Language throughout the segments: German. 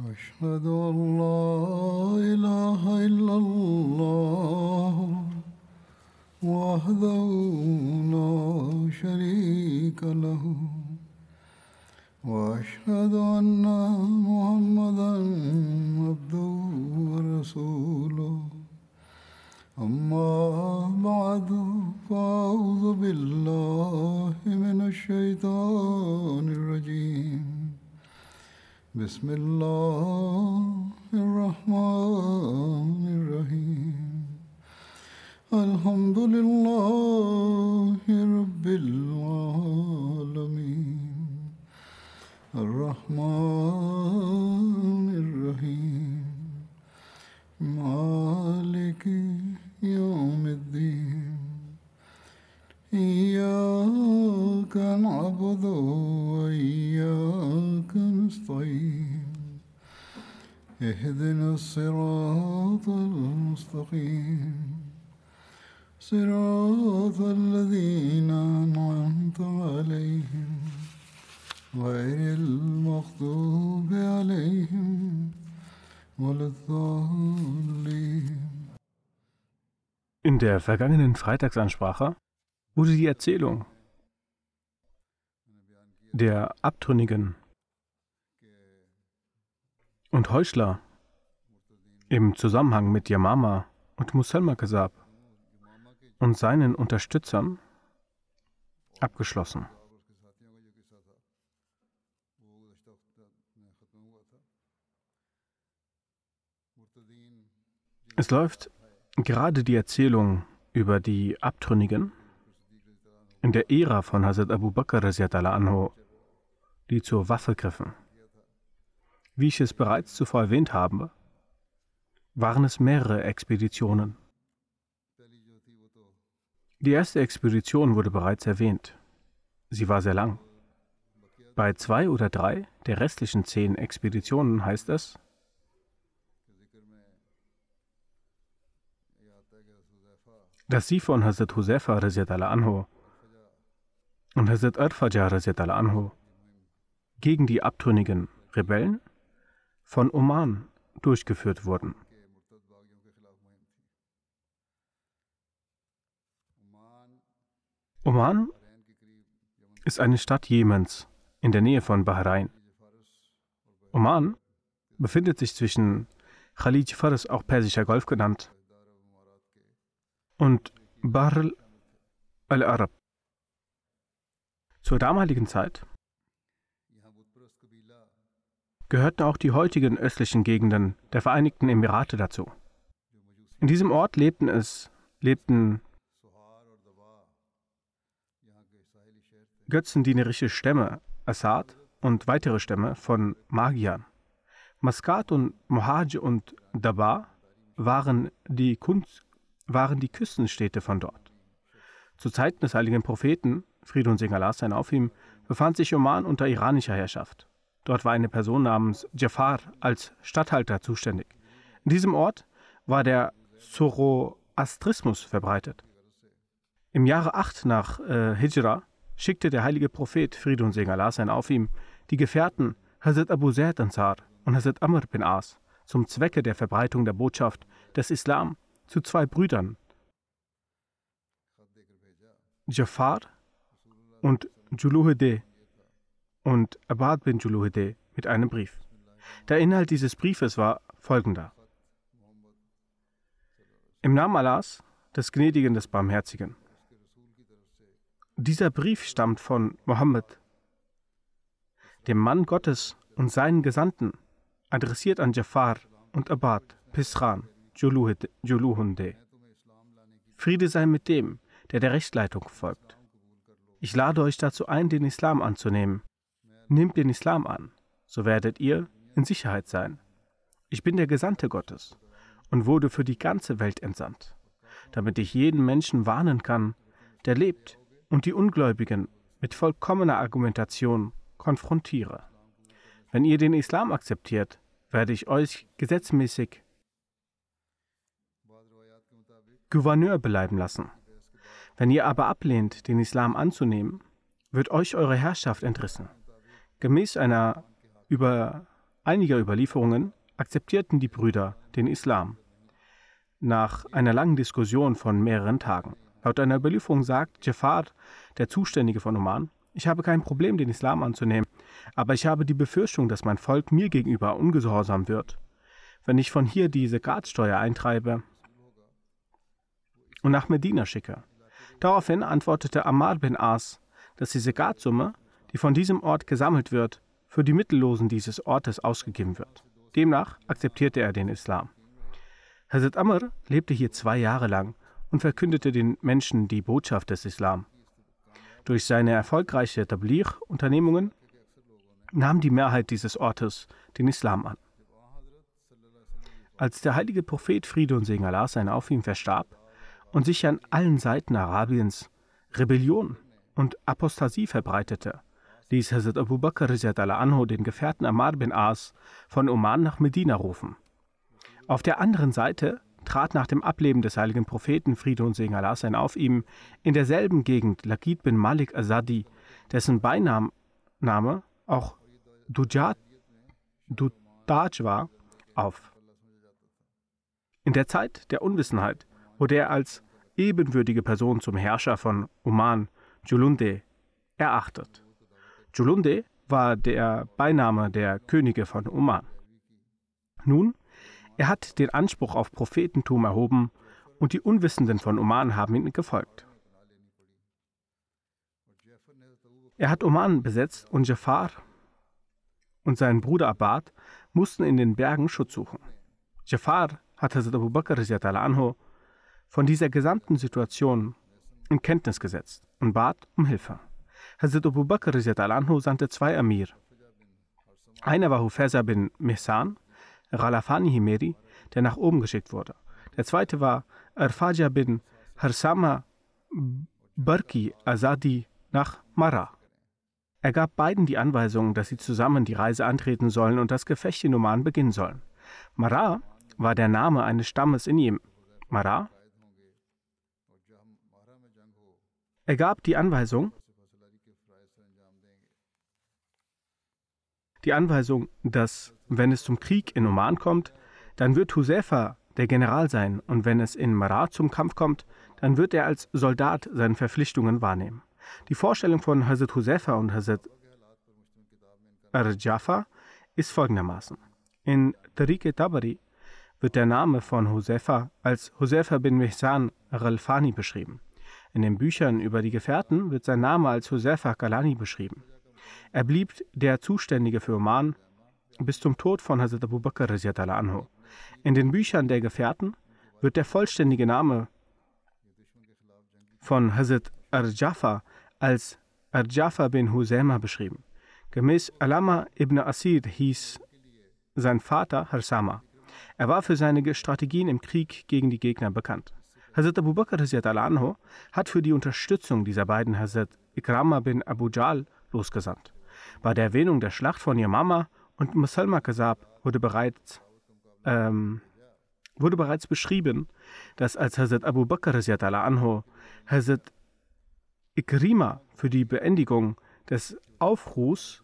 أشهد أن لا إله إلا الله وحده لا شريك له وأشهد أن محمدا عبده ورسوله أما بعد فأعوذ بالله من الشيطان الرجيم بسم الله الرحمن الرحيم الحمد لله رب العالمين الرحمن الرحيم مالك يوم الدين إياك نعبد وإياك نستعين اهدنا الصراط المستقيم صراط الذين أنعمت عليهم غير المغضوب عليهم ولا الضالين. In der vergangenen Freitagsansprache wurde die Erzählung der Abtrünnigen und Heuchler im Zusammenhang mit Yamama und Musalma Kazab und seinen Unterstützern abgeschlossen. Es läuft gerade die Erzählung über die Abtrünnigen in der Ära von Hazrat Abu Bakr radiallahu anhu, die zur Waffe griffen. Wie ich es bereits zuvor erwähnt habe, waren es mehrere Expeditionen. Die erste Expedition wurde bereits erwähnt. Sie war sehr lang. Bei 2 oder 3 der restlichen 10 Expeditionen heißt es, dass sie von Hazrat Huzaifa radiallahu anhu und Hazrat Arfaja radiallahu anhu gegen die abtrünnigen Rebellen von Oman durchgeführt wurden. Oman ist eine Stadt Jemens in der Nähe von Bahrain. Oman befindet sich zwischen Khalij Fars, auch Persischer Golf genannt, und Bahr al-Arab. Zur damaligen Zeit gehörten auch die heutigen östlichen Gegenden der Vereinigten Emirate dazu. In diesem Ort lebten götzendienerische Stämme, Assad und weitere Stämme von Magiern. Maskat und Mohaj und Dabar waren die Küstenstädte von dort. Zu Zeiten des heiligen Propheten, Friede und Segen Allah seien auf ihm, befand sich Oman unter iranischer Herrschaft. Dort war eine Person namens Jafar als Statthalter zuständig. In diesem Ort war der Zoroastrismus verbreitet. Im Jahre 8 nach Hijra schickte der heilige Prophet, Friede und Segen Allah seien auf ihm, die Gefährten Hazrat Abu Zayd Ansar und Hazrat Amr bin As zum Zwecke der Verbreitung der Botschaft des Islam zu 2 Brüdern, Jafar und Juluhide und Abad bin Juluhide, mit einem Brief. Der Inhalt dieses Briefes war folgender: Im Namen Allahs, des Gnädigen, des Barmherzigen. Dieser Brief stammt von Mohammed, dem Mann Gottes und seinen Gesandten, adressiert an Jafar und Abad, Pisran, Juluhunde. Friede sei mit dem, der Rechtleitung folgt. Ich lade euch dazu ein, den Islam anzunehmen. Nehmt den Islam an, so werdet ihr in Sicherheit sein. Ich bin der Gesandte Gottes und wurde für die ganze Welt entsandt, damit ich jeden Menschen warnen kann, der lebt, und die Ungläubigen mit vollkommener Argumentation konfrontiere. Wenn ihr den Islam akzeptiert, werde ich euch gesetzmäßig Gouverneur bleiben lassen. Wenn ihr aber ablehnt, den Islam anzunehmen, wird euch eure Herrschaft entrissen. Gemäß einer einiger Überlieferungen akzeptierten die Brüder den Islam. Nach einer langen Diskussion von mehreren Tagen. Laut einer Überlieferung sagt Jafar, der Zuständige von Oman: Ich habe kein Problem, den Islam anzunehmen, aber ich habe die Befürchtung, dass mein Volk mir gegenüber ungehorsam wird, wenn ich von hier die Zakatsteuer eintreibe und nach Medina schicke. Daraufhin antwortete Ammar bin As, dass die Zakatsumme, die von diesem Ort gesammelt wird, für die Mittellosen dieses Ortes ausgegeben wird. Demnach akzeptierte er den Islam. Hazrat Amr lebte hier 2 Jahre lang und verkündete den Menschen die Botschaft des Islam. Durch seine erfolgreichen Tabligh-Unternehmungen nahm die Mehrheit dieses Ortes den Islam an. Als der heilige Prophet Friede und Segen Allah sein auf ihm verstarb und sich an allen Seiten Arabiens Rebellion und Apostasie verbreitete, ließ Hazrat Abu Bakr anhu den Gefährten Ammar bin As von Oman nach Medina rufen. Auf der anderen Seite trat nach dem Ableben des heiligen Propheten Friede und Segen Allah sein auf ihm in derselben Gegend Laqid bin Malik Azadi, dessen Beiname auch Dudaj war, auf. In der Zeit der Unwissenheit wurde er als ebenwürdige Person zum Herrscher von Oman, Julunde, erachtet. Julunde war der Beiname der Könige von Oman. Nun, er hat den Anspruch auf Prophetentum erhoben und die Unwissenden von Oman haben ihm gefolgt. Er hat Oman besetzt und Jafar und sein Bruder Abbad mussten in den Bergen Schutz suchen. Jafar hat Hazrat Abu Bakr anhu von dieser gesamten Situation in Kenntnis gesetzt und bat um Hilfe. Hazrat Abu Bakr anhu sandte 2 Amir. Einer war Hufeza bin Mihsan, Ghalafani Himeri, der nach oben geschickt wurde. Der zweite war Arfaja bin Harsama Barki Azadi nach Marra. Er gab beiden die Anweisung, dass sie zusammen die Reise antreten sollen und das Gefecht in Oman beginnen sollen. Marra war der Name eines Stammes in Jemen. Marra. Er gab die Anweisung, dass, wenn es zum Krieg in Oman kommt, dann wird Huzaifa der General sein und wenn es in Marra zum Kampf kommt, dann wird er als Soldat seine Verpflichtungen wahrnehmen. Die Vorstellung von Hazrat Huzaifa und Hazrat Ar-Jafar ist folgendermaßen. In Tariq-e-Tabari wird der Name von Huzaifa als Huzaifa bin Mihsan Ghalfani beschrieben. In den Büchern über die Gefährten wird sein Name als Huzaifa Galani beschrieben. Er blieb der Zuständige für Oman bis zum Tod von Hazrat Abu Bakr anhu. In den Büchern der Gefährten wird der vollständige Name von Hazrat Ar-Jafar als Ar-Jafar bin Huzaima beschrieben. Gemäß Alama ibn Asir hieß sein Vater Harsama. Er war für seine Strategien im Krieg gegen die Gegner bekannt. Hazrat Abu Bakr anhu hat für die Unterstützung dieser beiden Hazrat Ikrama bin Abu Jahl losgesandt. Bei der Erwähnung der Schlacht von Yamama und Musalma Kazab wurde bereits beschrieben, dass als Hazrat Abu Bakr anhu Hazrat Ikrima für die Beendigung des Aufruhrs,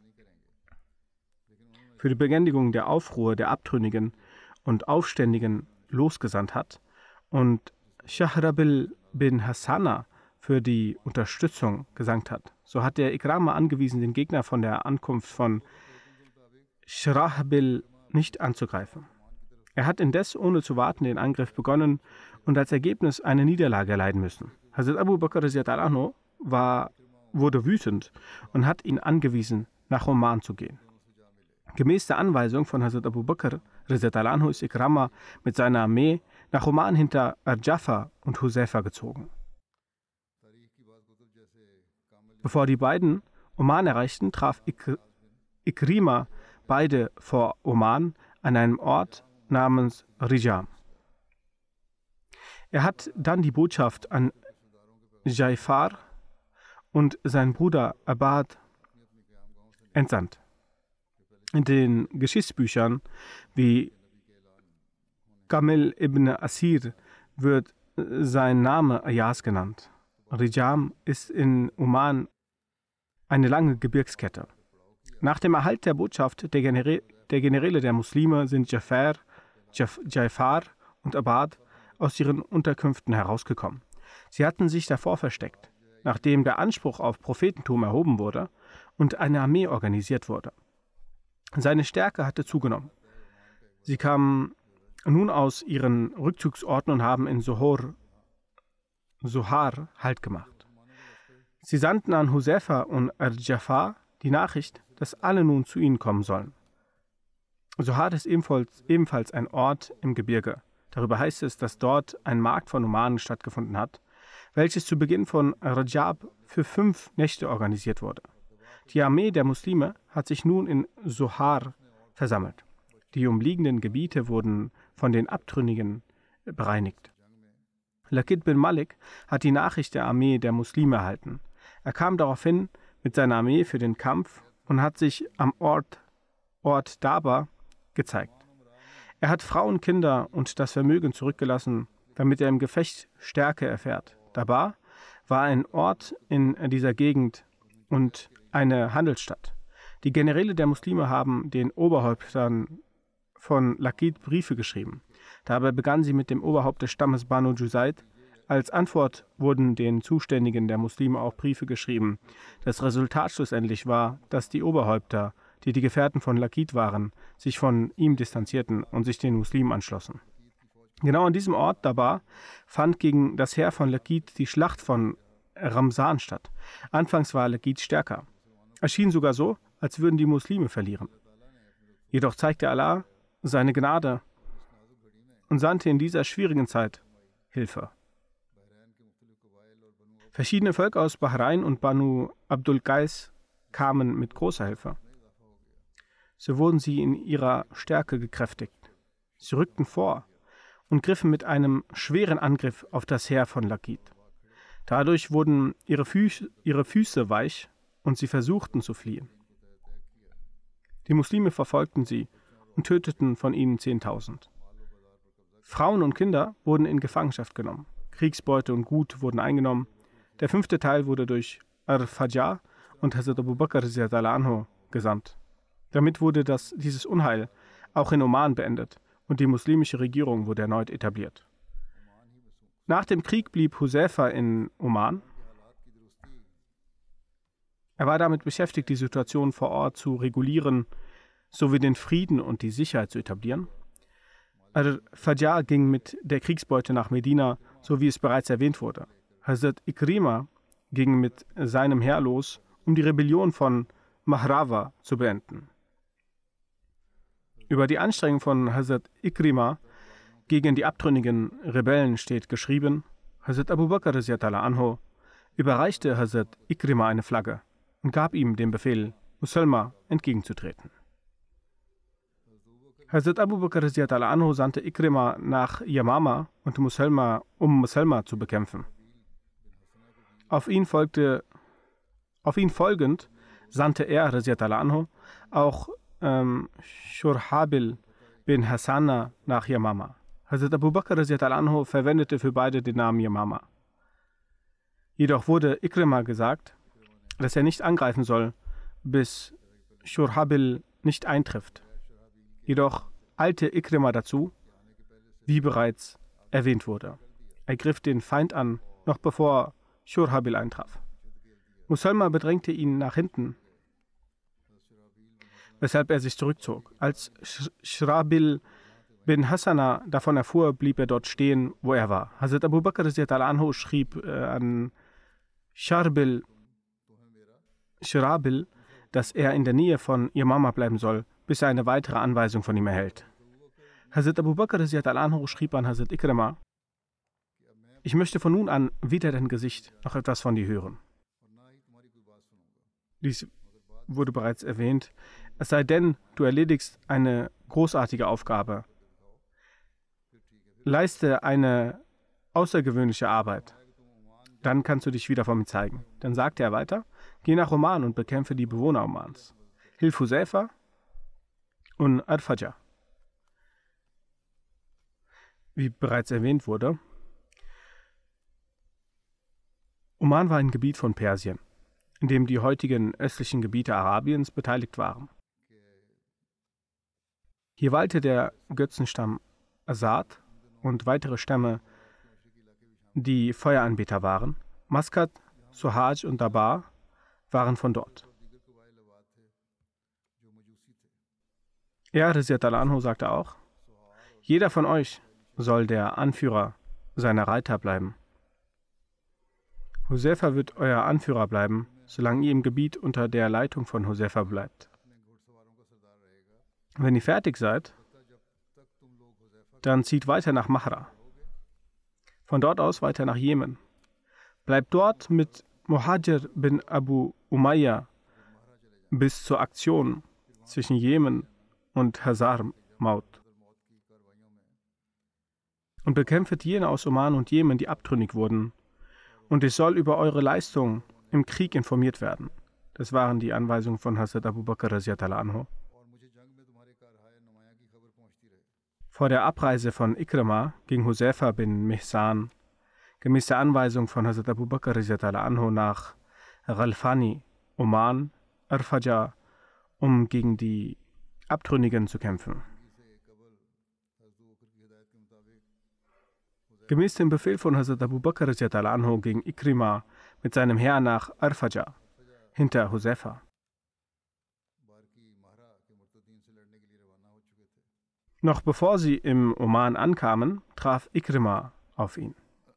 der Aufruhr der Abtrünnigen und Aufständigen losgesandt hat und Shahrabil bin Hassana für die Unterstützung gesandt hat. So hat der Ikrama angewiesen, den Gegner von der Ankunft von Shrahbil nicht anzugreifen. Er hat indes ohne zu warten den Angriff begonnen und als Ergebnis eine Niederlage erleiden müssen. Hazrat Abu Bakr anhu wurde wütend und hat ihn angewiesen, nach Oman zu gehen. Gemäß der Anweisung von Hazrat Abu Bakr anhu ist Ikrama mit seiner Armee nach Oman hinter Ar-Jafar und Huzaifa gezogen. Bevor die beiden Oman erreichten, traf Ikrima beide vor Oman an einem Ort namens Rijam. Er hat dann die Botschaft an Jaifar und seinen Bruder Abbad entsandt. In den Geschichtsbüchern wie Kamil ibn Asir wird sein Name Ayas genannt. Rijam ist in Oman eine lange Gebirgskette. Nach dem Erhalt der Botschaft der Generäle der Muslime sind Ja'far und Abad aus ihren Unterkünften herausgekommen. Sie hatten sich davor versteckt, nachdem der Anspruch auf Prophetentum erhoben wurde und eine Armee organisiert wurde. Seine Stärke hatte zugenommen. Sie kamen nun aus ihren Rückzugsorten und haben in Sohar Halt gemacht. Sie sandten an Huzaifa und Al-Jafar die Nachricht, dass alle nun zu ihnen kommen sollen. Sohar ist ebenfalls ein Ort im Gebirge. Darüber heißt es, dass dort ein Markt von Nomaden stattgefunden hat, welches zu Beginn von Rajab für 5 Nächte organisiert wurde. Die Armee der Muslime hat sich nun in Sohar versammelt. Die umliegenden Gebiete wurden von den Abtrünnigen bereinigt. Laqit bin Malik hat die Nachricht der Armee der Muslime erhalten. Er kam daraufhin mit seiner Armee für den Kampf und hat sich am Ort Daba gezeigt. Er hat Frauen, Kinder und das Vermögen zurückgelassen, damit er im Gefecht Stärke erfährt. Daba war ein Ort in dieser Gegend und eine Handelsstadt. Die Generäle der Muslime haben den Oberhäuptern von Laqit Briefe geschrieben. Dabei begann sie mit dem Oberhaupt des Stammes Banu Juzayd. Als Antwort wurden den Zuständigen der Muslime auch Briefe geschrieben. Das Resultat schlussendlich war, dass die Oberhäupter, die Gefährten von Laqit waren, sich von ihm distanzierten und sich den Muslimen anschlossen. Genau an diesem Ort, Daba, fand gegen das Heer von Laqit die Schlacht von Ramsan statt. Anfangs war Laqit stärker. Es schien sogar so, als würden die Muslime verlieren. Jedoch zeigte Allah seine Gnade und sandte in dieser schwierigen Zeit Hilfe. Verschiedene Völker aus Bahrain und Banu Abdul Qais kamen mit großer Hilfe. So wurden sie in ihrer Stärke gekräftigt. Sie rückten vor und griffen mit einem schweren Angriff auf das Heer von Laqit. Dadurch wurden ihre Füße weich und sie versuchten zu fliehen. Die Muslime verfolgten sie und töteten von ihnen 10.000. Frauen und Kinder wurden in Gefangenschaft genommen. Kriegsbeute und Gut wurden eingenommen. Der 5. Teil wurde durch Al-Fajr und Hazrat Abu Bakr anhu gesandt. Damit wurde dieses Unheil auch in Oman beendet und die muslimische Regierung wurde erneut etabliert. Nach dem Krieg blieb Huzaifa in Oman. Er war damit beschäftigt, die Situation vor Ort zu regulieren, sowie den Frieden und die Sicherheit zu etablieren. Al-Fajr ging mit der Kriegsbeute nach Medina, so wie es bereits erwähnt wurde. Hazrat Ikrima ging mit seinem Heer los, um die Rebellion von Mahrawa zu beenden. Über die Anstrengung von Hazrat Ikrima gegen die abtrünnigen Rebellen steht geschrieben: Hazrat Abu Bakr anhu überreichte Hazrat Ikrima eine Flagge und gab ihm den Befehl, Musalma entgegenzutreten. Hazrat Abu Bakr anhu sandte Ikrima nach Yamama und Musalma zu bekämpfen. Auf ihn folgend sandte er anhu auch Shurhabil bin Hassana nach Yamama. Hazrat Abu Bakr anhu verwendete für beide den Namen Yamama. Jedoch wurde Ikrima gesagt, dass er nicht angreifen soll, bis Shurhabil nicht eintrifft. Jedoch eilte Ikrima dazu, wie bereits erwähnt wurde. Er griff den Feind an, noch bevor Shurhabil eintraf. Musalma bedrängte ihn nach hinten, weshalb er sich zurückzog. Als Shrabil bin Hassana davon erfuhr, blieb er dort stehen, wo er war. Hazrat Abu Bakr anhu schrieb an Shrabil, dass er in der Nähe von Yamama bleiben soll, bis er eine weitere Anweisung von ihm erhält. Hazrat Abu Bakr anhu schrieb an Hazrat Ikrima: Ich möchte von nun an weder dein Gesicht noch etwas von dir hören. Dies wurde bereits erwähnt. Es sei denn, du erledigst eine großartige Aufgabe. Leiste eine außergewöhnliche Arbeit. Dann kannst du dich wieder vor mir zeigen. Dann sagte er weiter: Geh nach Oman und bekämpfe die Bewohner Omans. Hilf Huzaifa und Al-Fajr. Wie bereits erwähnt wurde, Oman war ein Gebiet von Persien. in dem die heutigen östlichen Gebiete Arabiens beteiligt waren. Hier weilte der Götzenstamm Asad und weitere Stämme, die Feueranbeter waren. Maskat, Sohaj und Dabar waren von dort. Er, Radiallahu anhu, sagte auch: Jeder von euch soll der Anführer seiner Reiter bleiben. Huzaifa wird euer Anführer bleiben, solange ihr im Gebiet unter der Leitung von Huzaifa bleibt. Wenn ihr fertig seid, dann zieht weiter nach Mahra. Von dort aus weiter nach Jemen. Bleibt dort mit Muhajir bin Abu Umayya bis zur Aktion zwischen Jemen und Hazar-Maut. Und bekämpft jene aus Oman und Jemen, die abtrünnig wurden. Und es soll über eure Leistung im Krieg informiert werden. Das waren die Anweisungen von Hazrat Abu Bakr Radiallahu anhu. Vor der Abreise von Ikrima ging Huzaifa bin Mihsan gemäß der Anweisung von Hazrat Abu Bakr Radiallahu anhu nach Ghalfani, Oman, Arfaja, um gegen die Abtrünnigen zu kämpfen. Gemäß dem Befehl von Hazrat Abu Bakr Radiallahu anhu ging Ikrima mit seinem Heer nach Arfaja hinter Huzaifa. Noch bevor sie im Oman ankamen, traf Ikrima auf ihn.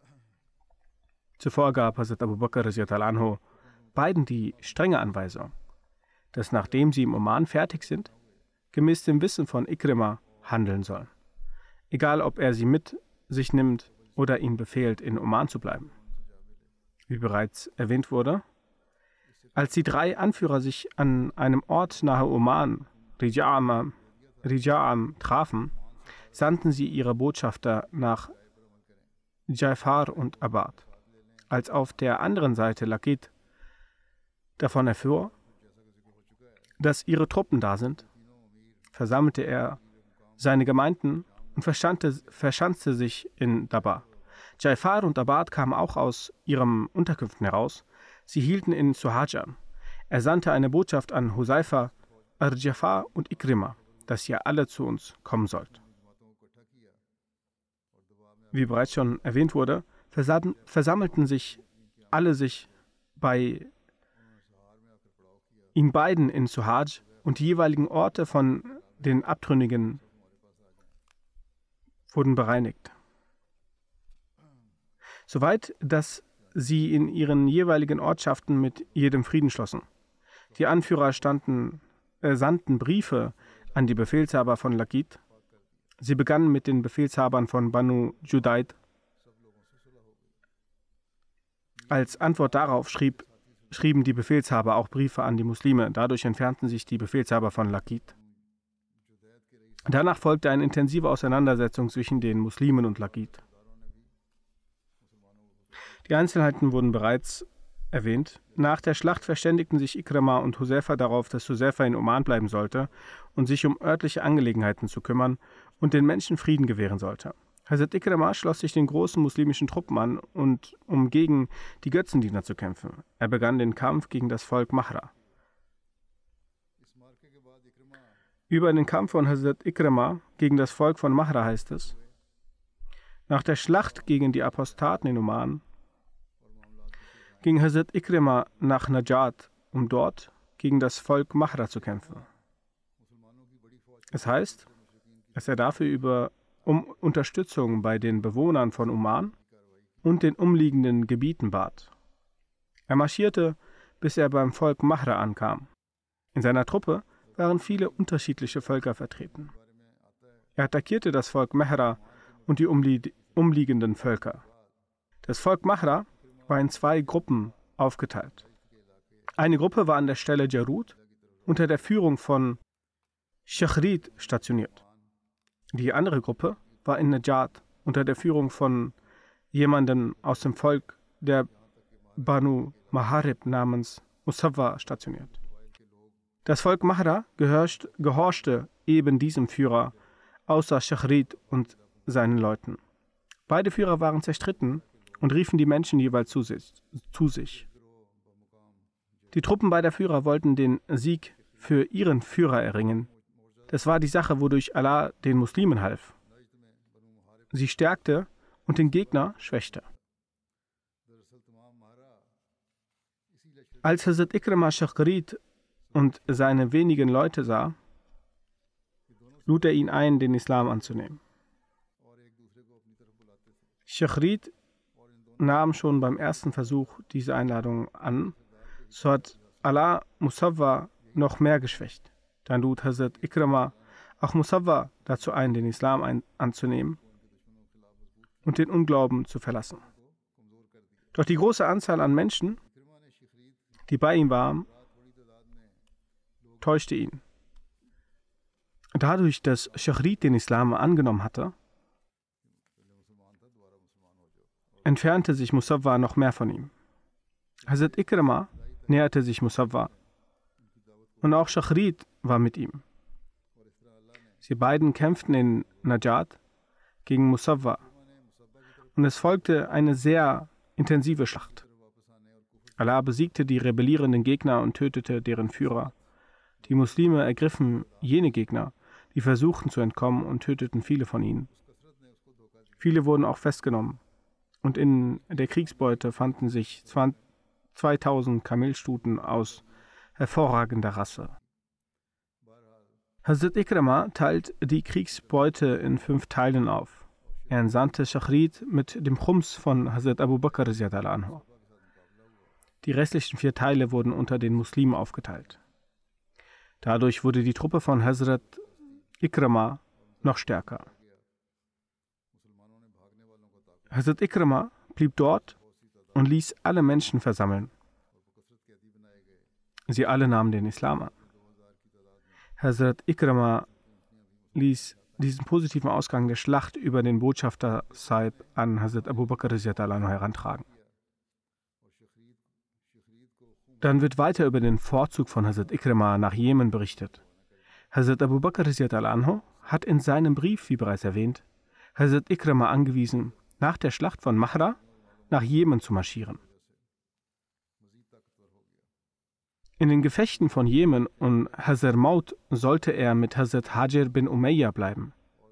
Zuvor gab Hazrat Abu Bakr Radiallahu anhu beiden die strenge Anweisung, dass nachdem sie im Oman fertig sind, gemäß dem Wissen von Ikrima handeln sollen, egal ob er sie mit sich nimmt oder ihnen befehlt, in Oman zu bleiben. Wie bereits erwähnt wurde, als die drei Anführer sich an einem Ort nahe Oman, Rija'am, trafen, sandten sie ihre Botschafter nach Jaifar und Abad. Als auf der anderen Seite Laqit davon erfuhr, dass ihre Truppen da sind, versammelte er seine Gemeinden und verschanzte sich in Dabar. Jaifar und Abad kamen auch aus ihren Unterkünften heraus. Sie hielten in Sohaj an. Er sandte eine Botschaft an Huzaifa, Ar-Jafar und Ikrima, dass ihr alle zu uns kommen sollt. Wie bereits schon erwähnt wurde, versammelten sich alle bei ihnen beiden in Sohaj und die jeweiligen Orte von den Abtrünnigen wurden bereinigt. Soweit, dass sie in ihren jeweiligen Ortschaften mit jedem Frieden schlossen. Die Anführer sandten Briefe an die Befehlshaber von Laqit. Sie begannen mit den Befehlshabern von Banu Judaid. Als Antwort darauf schrieben die Befehlshaber auch Briefe an die Muslime. Dadurch entfernten sich die Befehlshaber von Laqit. Danach folgte eine intensive Auseinandersetzung zwischen den Muslimen und Laqit. Die Einzelheiten wurden bereits erwähnt. Nach der Schlacht verständigten sich Ikrima und Huzaifa darauf, dass Huzaifa in Oman bleiben sollte und sich um örtliche Angelegenheiten zu kümmern und den Menschen Frieden gewähren sollte. Hazrat Ikrima schloss sich den großen muslimischen Truppen an, um gegen die Götzendiener zu kämpfen. Er begann den Kampf gegen das Volk Mahra. Über den Kampf von Hazrat Ikrima gegen das Volk von Mahra heißt es: Nach der Schlacht gegen die Apostaten in Oman ging Hazrat Ikrima nach Najat, um dort gegen das Volk Mahra zu kämpfen. Es heißt, dass er dafür um Unterstützung bei den Bewohnern von Oman und den umliegenden Gebieten bat. Er marschierte, bis er beim Volk Mahra ankam. In seiner Truppe waren viele unterschiedliche Völker vertreten. Er attackierte das Volk Mahra und die umliegenden Völker. Das Volk Mahra war in zwei Gruppen aufgeteilt. Eine Gruppe war an der Stelle Jarut unter der Führung von Shachrid stationiert. Die andere Gruppe war in Najat unter der Führung von jemandem aus dem Volk der Banu Maharib namens Musawwa stationiert. Das Volk Mahra gehorchte eben diesem Führer, außer Shachrid und seinen Leuten. Beide Führer waren zerstritten und riefen die Menschen jeweils zu sich. Die Truppen beider Führer wollten den Sieg für ihren Führer erringen. Das war die Sache, wodurch Allah den Muslimen half. Sie stärkte und den Gegner schwächte. Als Hazrat Ikrama Shachrid und seine wenigen Leute sah, lud er ihn ein, den Islam anzunehmen. Shachrid nahm schon beim ersten Versuch diese Einladung an, so hat Allah Musawwa noch mehr geschwächt. Dann lud Hazrat Ikrama auch Musawwa dazu ein, den Islam anzunehmen und den Unglauben zu verlassen. Doch die große Anzahl an Menschen, die bei ihm waren, täuschte ihn. Dadurch, dass Shachrid den Islam angenommen hatte, entfernte sich Musawwa noch mehr von ihm. Hazrat Ikrama näherte sich Musawwa und auch Shachrid war mit ihm. Sie beiden kämpften in Najat gegen Musawwa und es folgte eine sehr intensive Schlacht. Allah besiegte die rebellierenden Gegner und tötete deren Führer. Die Muslime ergriffen jene Gegner, die versuchten zu entkommen und töteten viele von ihnen. Viele wurden auch festgenommen und in der Kriegsbeute fanden sich 2000 Kamelstuten aus hervorragender Rasse. Hazrat Ikrama teilt die Kriegsbeute in 5 Teilen auf. Er entsandte Shachrid mit dem Khums von Hazrat Abu Bakr anhu. Die restlichen 4 Teile wurden unter den Muslimen aufgeteilt. Dadurch wurde die Truppe von Hazrat Ikrama noch stärker. Hazrat Ikrama blieb dort und ließ alle Menschen versammeln. Sie alle nahmen den Islam an. Hazrat Ikrama ließ diesen positiven Ausgang der Schlacht über den Botschafter Saib an Hazrat Abu Bakr herantragen. Dann wird weiter über den Vorzug von Hazrat Ikrama nach Jemen berichtet. Hazrat Abu Bakr hat in seinem Brief, wie bereits erwähnt, Hazrat Ikrama angewiesen, nach der Schlacht von Mahra nach Jemen zu marschieren. In den Gefechten von Jemen und Hazarmaut sollte er mit Hazrat Hajir bin Umayya bleiben.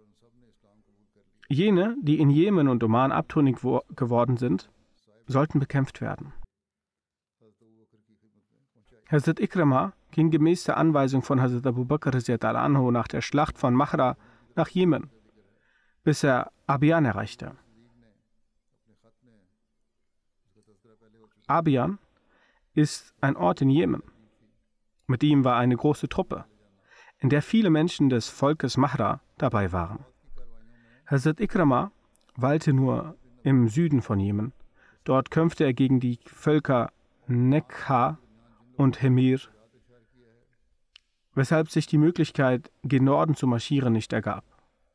Jene, die in Jemen und Oman abtrünnig geworden sind, sollten bekämpft werden. Hazrat Ikrama ging gemäß der Anweisung von Hazrat Abu Bakr nach der Schlacht von Mahra nach Jemen, bis er Abian erreichte. Abian ist ein Ort in Jemen. Mit ihm war eine große Truppe, in der viele Menschen des Volkes Mahra dabei waren. Hazrat Ikrama weilte nur im Süden von Jemen. Dort kämpfte er gegen die Völker Nekha und Hemir, weshalb sich die Möglichkeit, gen Norden zu marschieren, nicht ergab.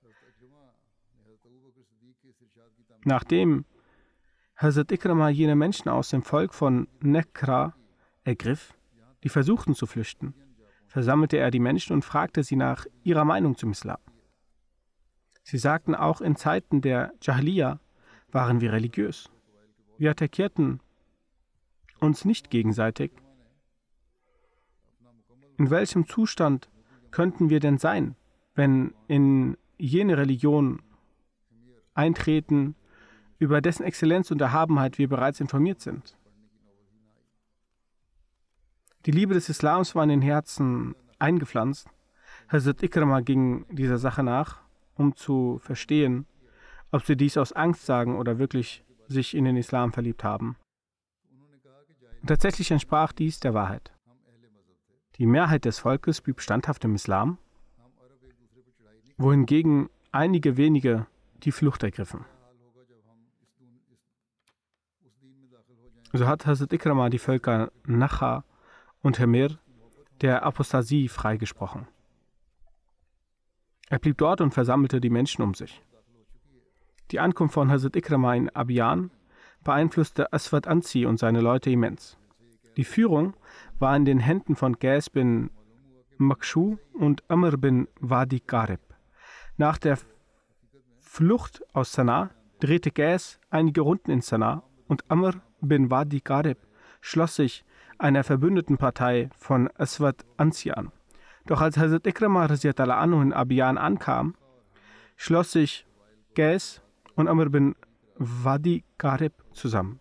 Nachdem Hazrat Ikrama jene Menschen aus dem Volk von Nekra ergriff, die versuchten zu flüchten, versammelte er die Menschen und fragte sie nach ihrer Meinung zum Islam. Sie sagten, auch in Zeiten der Jahiliya waren wir religiös. Wir attackierten uns nicht gegenseitig. In welchem Zustand könnten wir denn sein, wenn in jene Religion eintreten, über dessen Exzellenz und Erhabenheit wir bereits informiert sind? Die Liebe des Islams war in den Herzen eingepflanzt. Hazrat Ikrama ging dieser Sache nach, um zu verstehen, ob sie dies aus Angst sagen oder wirklich sich in den Islam verliebt haben. Und tatsächlich entsprach dies der Wahrheit. Die Mehrheit des Volkes blieb standhaft im Islam, wohingegen einige wenige die Flucht ergriffen. So hat Hazrat Ikrama die Völker Nacha und Hemir der Apostasie freigesprochen. Er blieb dort und versammelte die Menschen um sich. Die Ankunft von Hazrat Ikrama in Abian beeinflusste Aswad Ansi und seine Leute immens. Die Führung war in den Händen von Qais bin Makshu und Amr bin Wadi Qarib. Nach der Flucht aus Sanaa drehte Qais einige Runden in Sanaa und Amr bin Wadi Qarib schloss sich einer verbündeten Partei von Aswad Ansi an. Doch als Hazrat Ikrama radhiyallahu anhu in Abiyan ankam, schloss sich Qais und Amr bin Wadi Karib zusammen.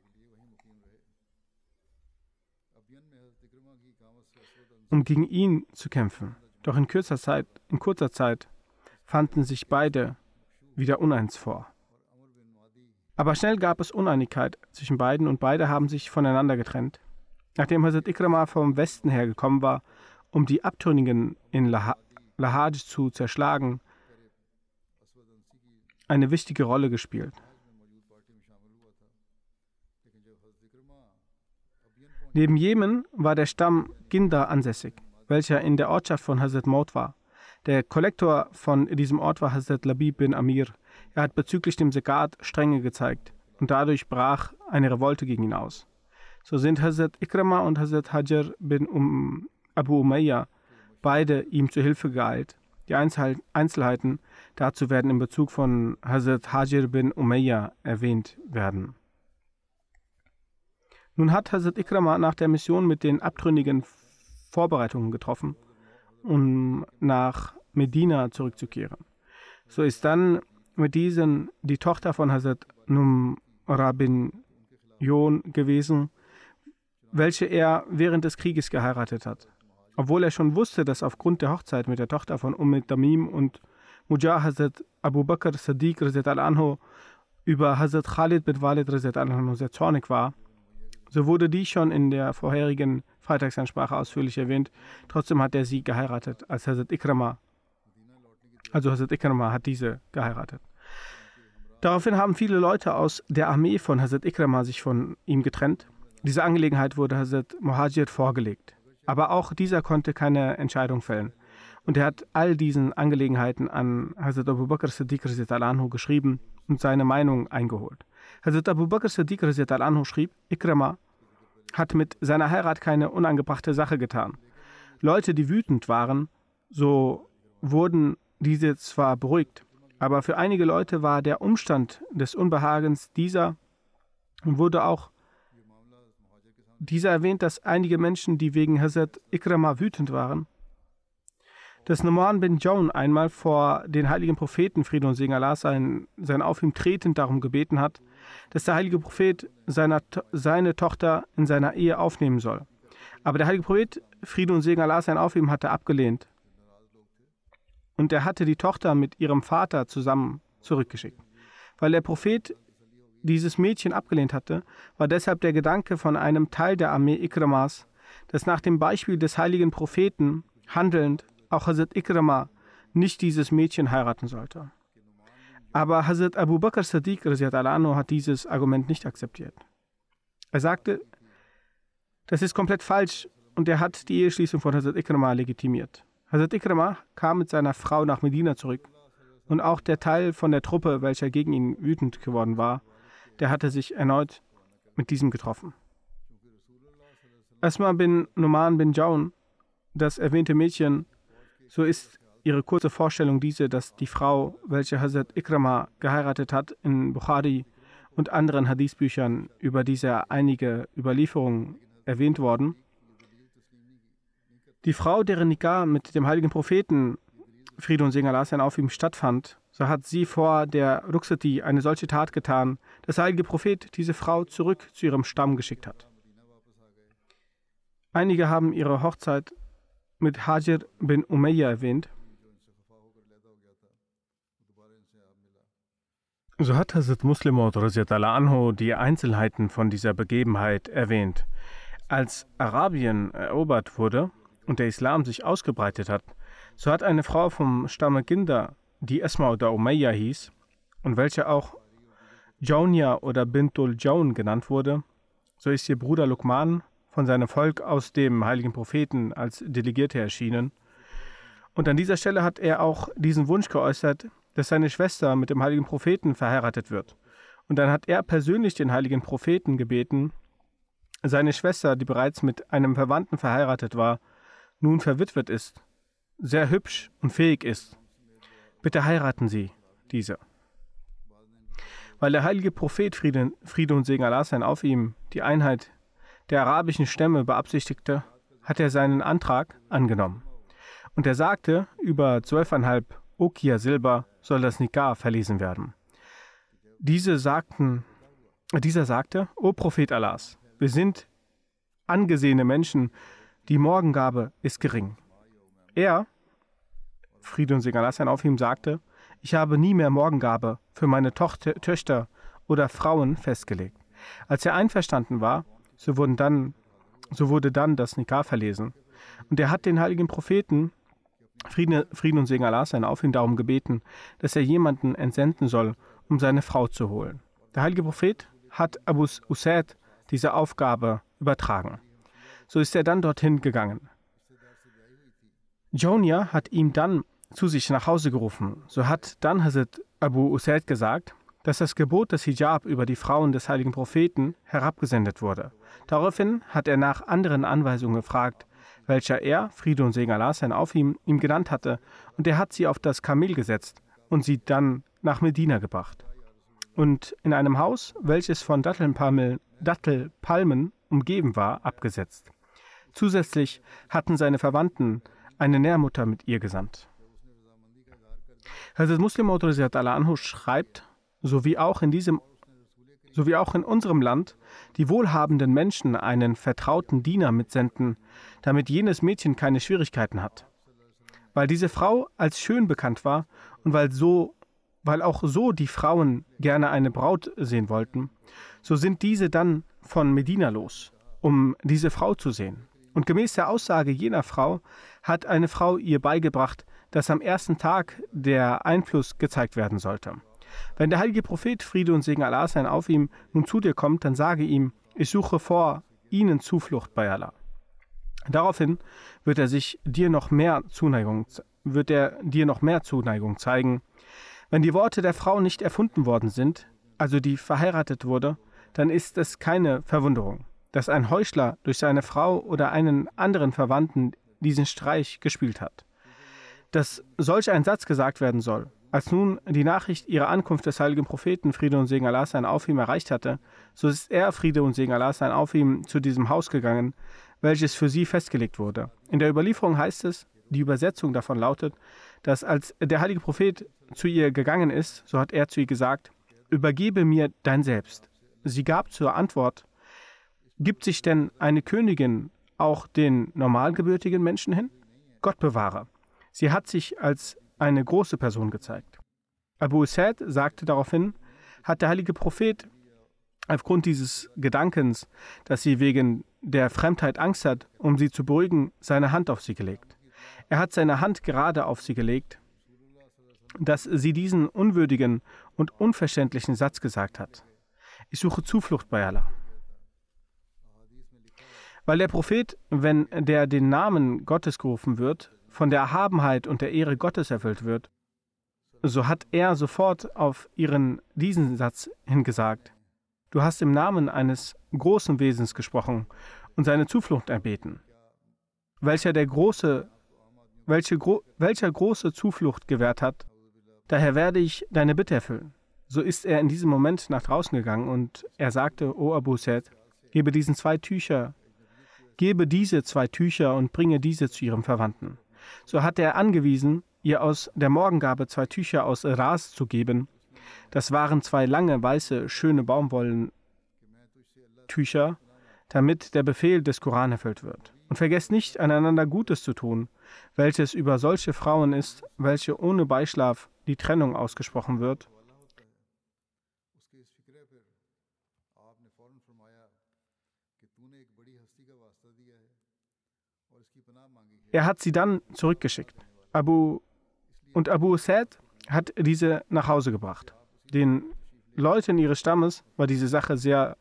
Um gegen ihn zu kämpfen. Doch in kurzer Zeit fanden sich beide wieder uneins vor. Aber schnell gab es Uneinigkeit zwischen beiden und beide haben sich voneinander getrennt. Nachdem Hazrat Ikrama vom Westen her gekommen war, um die Abtrünnigen in Lahaj zu zerschlagen, eine wichtige Rolle gespielt. Neben Jemen war der Stamm Ginda ansässig, welcher in der Ortschaft von Hazrat Maud war. Der Kollektor von diesem Ort war Hazrat Labib bin Amir. Er hat bezüglich dem Zakat Strenge gezeigt und dadurch brach eine Revolte gegen ihn aus. So sind Hazrat Ikrama und Hazrat Hajar bin Abu Umayya beide ihm zu Hilfe geeilt. Die Einzelheiten dazu werden in Bezug von Hazrat Hajar bin Umayya erwähnt werden. Nun hat Hazrat Ikrama nach der Mission mit den Abtrünnigen Vorbereitungen getroffen, um nach Medina zurückzukehren. So ist dann mit diesen die Tochter von Hazrat Numra bin Jon gewesen, welche er während des Krieges geheiratet hat. Obwohl er schon wusste, dass aufgrund der Hochzeit mit der Tochter von Tamim und Mujah Hazrat Abu Bakr Sadiq radhiyallahu anhu über Hazrat Khalid bin Walid radhiyallahu anhu sehr zornig war, so wurde dies schon in der vorherigen Freitagsansprache ausführlich erwähnt. Trotzdem hat er sie geheiratet, als Hazrat Ikrama hat diese geheiratet. Daraufhin haben viele Leute aus der Armee von Hazrat Ikrama sich von ihm getrennt. Diese Angelegenheit wurde Hazrat Muhajir vorgelegt. Aber auch dieser konnte keine Entscheidung fällen. Und er hat all diesen Angelegenheiten an Hazrat Abu Bakr Siddiq radhiyallahu anhu geschrieben und seine Meinung eingeholt. Hazrat Abu Bakr Siddiq radhiyallahu anhu schrieb, Ikrama hat mit seiner Heirat keine unangebrachte Sache getan. Leute, die wütend waren, so wurden diese zwar beruhigt, aber für einige Leute war der Umstand des Unbehagens dieser und wurde auch dieser erwähnt, dass einige Menschen, die wegen Hazrat Ikrama wütend waren, dass Nu'man bin Jaun einmal vor den heiligen Propheten, Friede und Segen Allah sein auf ihm tretend darum gebeten hat, dass der heilige Prophet seine Tochter in seiner Ehe aufnehmen soll. Aber der heilige Prophet, Friede und Segen Allah sein auf ihm, hatte abgelehnt. Und er hatte die Tochter mit ihrem Vater zusammen zurückgeschickt. Weil der Prophet dieses Mädchen abgelehnt hatte, war deshalb der Gedanke von einem Teil der Armee Ikramas, dass nach dem Beispiel des heiligen Propheten handelnd auch Hazrat Ikrama nicht dieses Mädchen heiraten sollte. Aber Hazrat Abu Bakr Sadiq radhiyallahu anhu hat dieses Argument nicht akzeptiert. Er sagte, das ist komplett falsch und er hat die Eheschließung von Hazrat Ikrama legitimiert. Hazrat Ikrama kam mit seiner Frau nach Medina zurück und auch der Teil von der Truppe, welcher gegen ihn wütend geworden war, der hatte sich erneut mit diesem getroffen. Asma bin Nu'man bin Jaun, das erwähnte Mädchen, so ist ihre kurze Vorstellung diese, dass die Frau, welche Hazrat Ikrama geheiratet hat, in Bukhari und anderen Hadithbüchern über diese einige Überlieferungen erwähnt worden. Die Frau, deren Nikah mit dem heiligen Propheten, Friede und Segen Allah sein auf ihm stattfand, so hat sie vor der Rukhsati eine solche Tat getan, dass der heilige Prophet diese Frau zurück zu ihrem Stamm geschickt hat. Einige haben ihre Hochzeit mit Hajar bin Umayya erwähnt. So hat Hazrat Muslim Maud radhiyallahu anhu die Einzelheiten von dieser Begebenheit erwähnt. Als Arabien erobert wurde und der Islam sich ausgebreitet hat, so hat eine Frau vom Stamme Ginda, die Asma oder Umayya hieß und welche auch Jaunia oder Bintul Jaun genannt wurde, so ist ihr Bruder Luqman von seinem Volk aus dem heiligen Propheten als Delegierte erschienen. Und an dieser Stelle hat er auch diesen Wunsch geäußert, dass seine Schwester mit dem heiligen Propheten verheiratet wird. Und dann hat er persönlich den heiligen Propheten gebeten, seine Schwester, die bereits mit einem Verwandten verheiratet war, nun verwitwet ist, sehr hübsch und fähig ist. Bitte heiraten Sie diese. Weil der heilige Prophet, Friede und Segen Allah sein auf ihm, die Einheit der arabischen Stämme beabsichtigte, hat er seinen Antrag angenommen. Und er sagte, über 12,5 Ukiya Silber soll das Nikah verlesen werden. Dieser sagte, O Prophet Allahs, wir sind angesehene Menschen, die Morgengabe ist gering. Er, Friede und Segen Allah sein auf ihm, sagte, ich habe nie mehr Morgengabe für meine Töchter oder Frauen festgelegt. Als er einverstanden war, so wurde dann das Nikah verlesen. Und er hat den heiligen Propheten, Frieden und Segen Allah sein auf ihn, darum gebeten, dass er jemanden entsenden soll, um seine Frau zu holen. Der heilige Prophet hat Abu Usaid diese Aufgabe übertragen. So ist er dann dorthin gegangen. Jonia hat ihn dann zu sich nach Hause gerufen. So hat dann Hazrat Abu Usaid gesagt, dass das Gebot des Hijab über die Frauen des heiligen Propheten herabgesendet wurde. Daraufhin hat er nach anderen Anweisungen gefragt, welcher er, Friede und Segen Allah sein auf ihm genannt hatte, und er hat sie auf das Kamel gesetzt und sie dann nach Medina gebracht. Und in einem Haus, welches von Dattelpalmen umgeben war, abgesetzt. Zusätzlich hatten seine Verwandten eine Nährmutter mit ihr gesandt. Hazrat Muslim Maud Anhu schreibt, so wie auch in unserem Land die wohlhabenden Menschen einen vertrauten Diener mitsenden, damit jenes Mädchen keine Schwierigkeiten hat. Weil diese Frau als schön bekannt war und weil auch so die Frauen gerne eine Braut sehen wollten, so sind diese dann von Medina los, um diese Frau zu sehen. Und gemäß der Aussage jener Frau hat eine Frau ihr beigebracht, dass am ersten Tag der Einfluss gezeigt werden sollte. Wenn der heilige Prophet, Friede und Segen Allah sein auf ihm, nun zu dir kommt, dann sage ihm, ich suche vor ihnen Zuflucht bei Allah. Daraufhin wird er dir noch mehr Zuneigung zeigen. Wenn die Worte der Frau nicht erfunden worden sind, also die verheiratet wurde, dann ist es keine Verwunderung, dass ein Heuchler durch seine Frau oder einen anderen Verwandten diesen Streich gespielt hat. Dass solch ein Satz gesagt werden soll, als nun die Nachricht ihrer Ankunft des heiligen Propheten, Friede und Segen Allah sein auf ihm, erreicht hatte, so ist er, Friede und Segen Allah sein auf ihm, zu diesem Haus gegangen, welches für sie festgelegt wurde. In der Überlieferung heißt es, die Übersetzung davon lautet, dass als der heilige Prophet zu ihr gegangen ist, so hat er zu ihr gesagt, übergebe mir dein Selbst. Sie gab zur Antwort, gibt sich denn eine Königin auch den normalgebürtigen Menschen hin? Gott bewahre. Sie hat sich als eine große Person gezeigt. Abu Usaid sagte daraufhin, hat der heilige Prophet aufgrund dieses Gedankens, dass sie wegen der Fremdheit Angst hat, um sie zu beruhigen, seine Hand auf sie gelegt. Er hat seine Hand gerade auf sie gelegt, dass sie diesen unwürdigen und unverständlichen Satz gesagt hat. Ich suche Zuflucht bei Allah. Weil der Prophet, wenn der den Namen Gottes gerufen wird, von der Erhabenheit und der Ehre Gottes erfüllt wird, so hat er sofort auf diesen Satz hingesagt. Du hast im Namen eines großen Wesens gesprochen und seine Zuflucht erbeten, welcher große Zuflucht gewährt hat. Daher werde ich deine Bitte erfüllen. So ist er in diesem Moment nach draußen gegangen und er sagte, O Abu Usaid, gebe diese 2 Tücher und bringe diese zu ihrem Verwandten. So hat er angewiesen, ihr aus der Morgengabe 2 Tücher aus Ras zu geben. Das waren 2 lange, weiße, schöne Baumwollentücher, damit der Befehl des Koran erfüllt wird. Und vergesst nicht, einander Gutes zu tun, welches über solche Frauen ist, welche ohne Beischlaf die Trennung ausgesprochen wird. Er hat sie dann zurückgeschickt. Abu Usaid hat diese nach Hause gebracht. Den Leuten ihres Stammes war diese Sache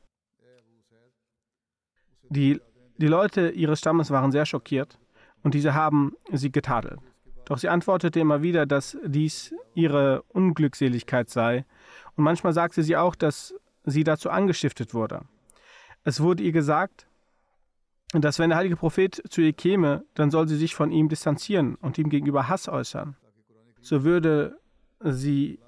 Die Leute ihres Stammes waren sehr schockiert und diese haben sie getadelt. Doch sie antwortete immer wieder, dass dies ihre Unglückseligkeit sei. Und manchmal sagte sie auch, dass sie dazu angestiftet wurde. Es wurde ihr gesagt, dass wenn der heilige Prophet zu ihr käme, dann soll sie sich von ihm distanzieren und ihm gegenüber Hass äußern. So würde sie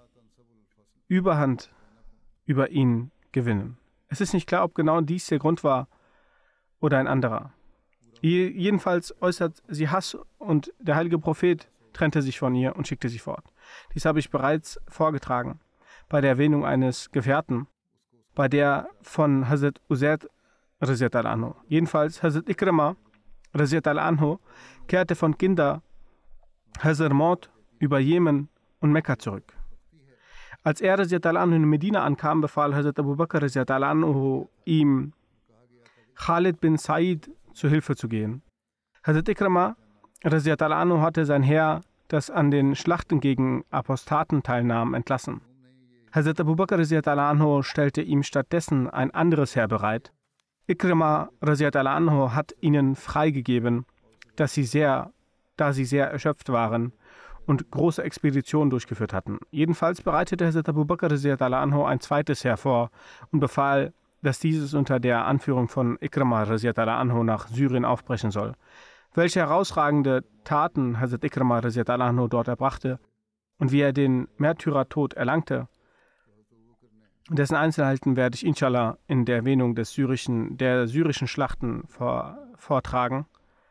Überhand über ihn gewinnen. Es ist nicht klar, ob genau dies der Grund war, oder ein anderer. Jedenfalls äußert sie Hass und der heilige Prophet trennte sich von ihr und schickte sie fort. Dies habe ich bereits vorgetragen bei der Erwähnung eines Gefährten, bei der von Hazrat Uzayd Raziyat al-Anhu. Jedenfalls Hazrat Ikrama Raziyat al-Anhu kehrte von Kinder Hazarmaut über Jemen und Mekka zurück. Als er Raziyat al-Anhu in Medina ankam, befahl Hazrat Abu Bakr Raziyat al-Anhu ihm, Khalid bin Said zu Hilfe zu gehen. Hazrat Ikrama Raziyat al-Anhu hatte sein Heer, das an den Schlachten gegen Apostaten teilnahm, entlassen. Hazrat Abu Bakr Raziyat al-Anhu stellte ihm stattdessen ein anderes Heer bereit. Ikrama Raziyat al-Anhu hat ihnen freigegeben, da sie sehr erschöpft waren und große Expeditionen durchgeführt hatten. Jedenfalls bereitete Hazrat Abu Bakr Raziyat al-Anhu ein zweites Heer vor und befahl, dass dieses unter der Anführung von Ikrama Raziyat al-Anhu nach Syrien aufbrechen soll. Welche herausragende Taten Hazrat Ikrama Raziyat al-Anhu dort erbrachte und wie er den Märtyrertod erlangte, dessen Einzelheiten werde ich inshallah in der Erwähnung der syrischen Schlachten vortragen.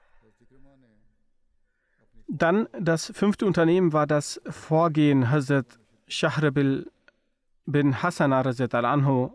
Dann das 5. Unternehmen war das Vorgehen Hazrat Shrabil bin Hassana Raziyat al-Anhu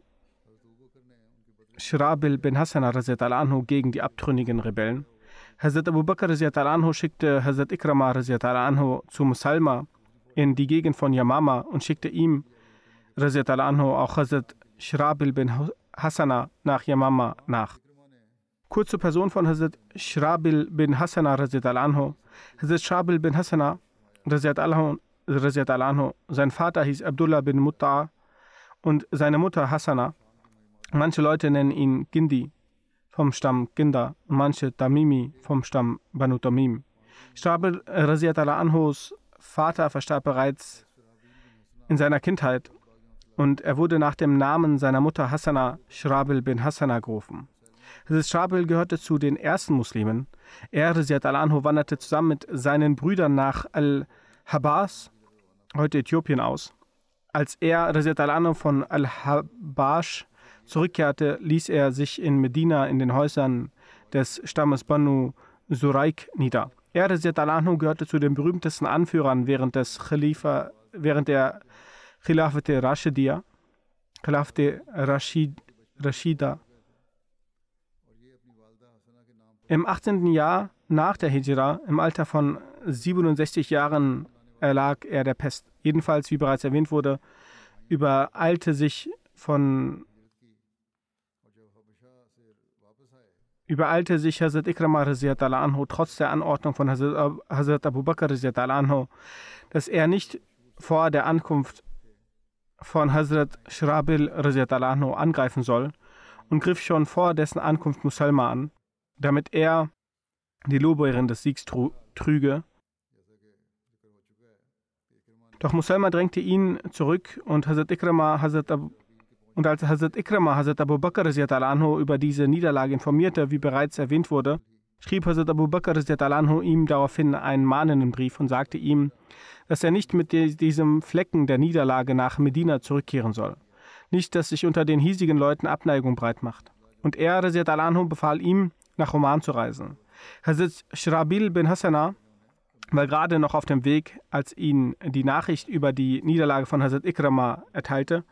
gegen die abtrünnigen Rebellen. Hazrat Abu Bakr Raziyat al-Anhu schickte Hazrat Ikrama Raziyat al-Anhu zu Musalma in die Gegend von Yamama und schickte ihm Raziyat al-Anhu auch Hazrat Shrabil bin Hassana nach Yamama nach. Kurz zur Person von Hazrat Shrabil bin Hassana Raziyat al-Anhu. Hazrat Shrabil bin Hassana Raziyat al-Anhu, sein Vater hieß Abdullah bin Mutta und seine Mutter Hassana. Manche Leute nennen ihn Gindi vom Stamm Ginda und manche Tamimi vom Stamm Banu Tamim. Shrabil Raziyat al-Anhus Vater verstarb bereits in seiner Kindheit und er wurde nach dem Namen seiner Mutter Hassana Shrabil bin Hassana gerufen. Hazrat Shrabil gehörte zu den ersten Muslimen. Er, Raziyat al-Anhu, wanderte zusammen mit seinen Brüdern nach Al-Habas, heute Äthiopien, aus. Als er, Raziyat al-Anhu, von Al-Habash zurückkehrte, ließ er sich in Medina in den Häusern des Stammes Banu Suraik nieder. Er, Raziyat al-Anhu, gehörte zu den berühmtesten Anführern während der Khilafat Rashida. Im 18. Jahr nach der Hijra, im Alter von 67 Jahren, erlag er der Pest. Jedenfalls, wie bereits erwähnt wurde, übereilte sich Hazrat Ikrama Raziyat al-Anhu trotz der Anordnung von Hazrat Abu Bakr Raziyat al-Anhu, dass er nicht vor der Ankunft von Hazrat Shrabil Raziyat al-Anhu angreifen soll und griff schon vor dessen Ankunft Musalma an, damit er die Lorbeeren des Siegs trüge. Doch Musalma drängte ihn zurück und als Hazrat Ikrama Hazrat Abu Bakr Raziyat al-Anhu über diese Niederlage informierte, wie bereits erwähnt wurde, schrieb Hazrat Abu Bakr Raziyat al-Anhu ihm daraufhin einen mahnenden Brief und sagte ihm, dass er nicht mit diesem Flecken der Niederlage nach Medina zurückkehren soll. Nicht, dass sich unter den hiesigen Leuten Abneigung breit macht. Und er, Raziyat al-Anhu, befahl ihm, nach Oman zu reisen. Hazrat Shrabil bin Hassana war gerade noch auf dem Weg, als ihn die Nachricht über die Niederlage von Hazrat Ikrama erteilte.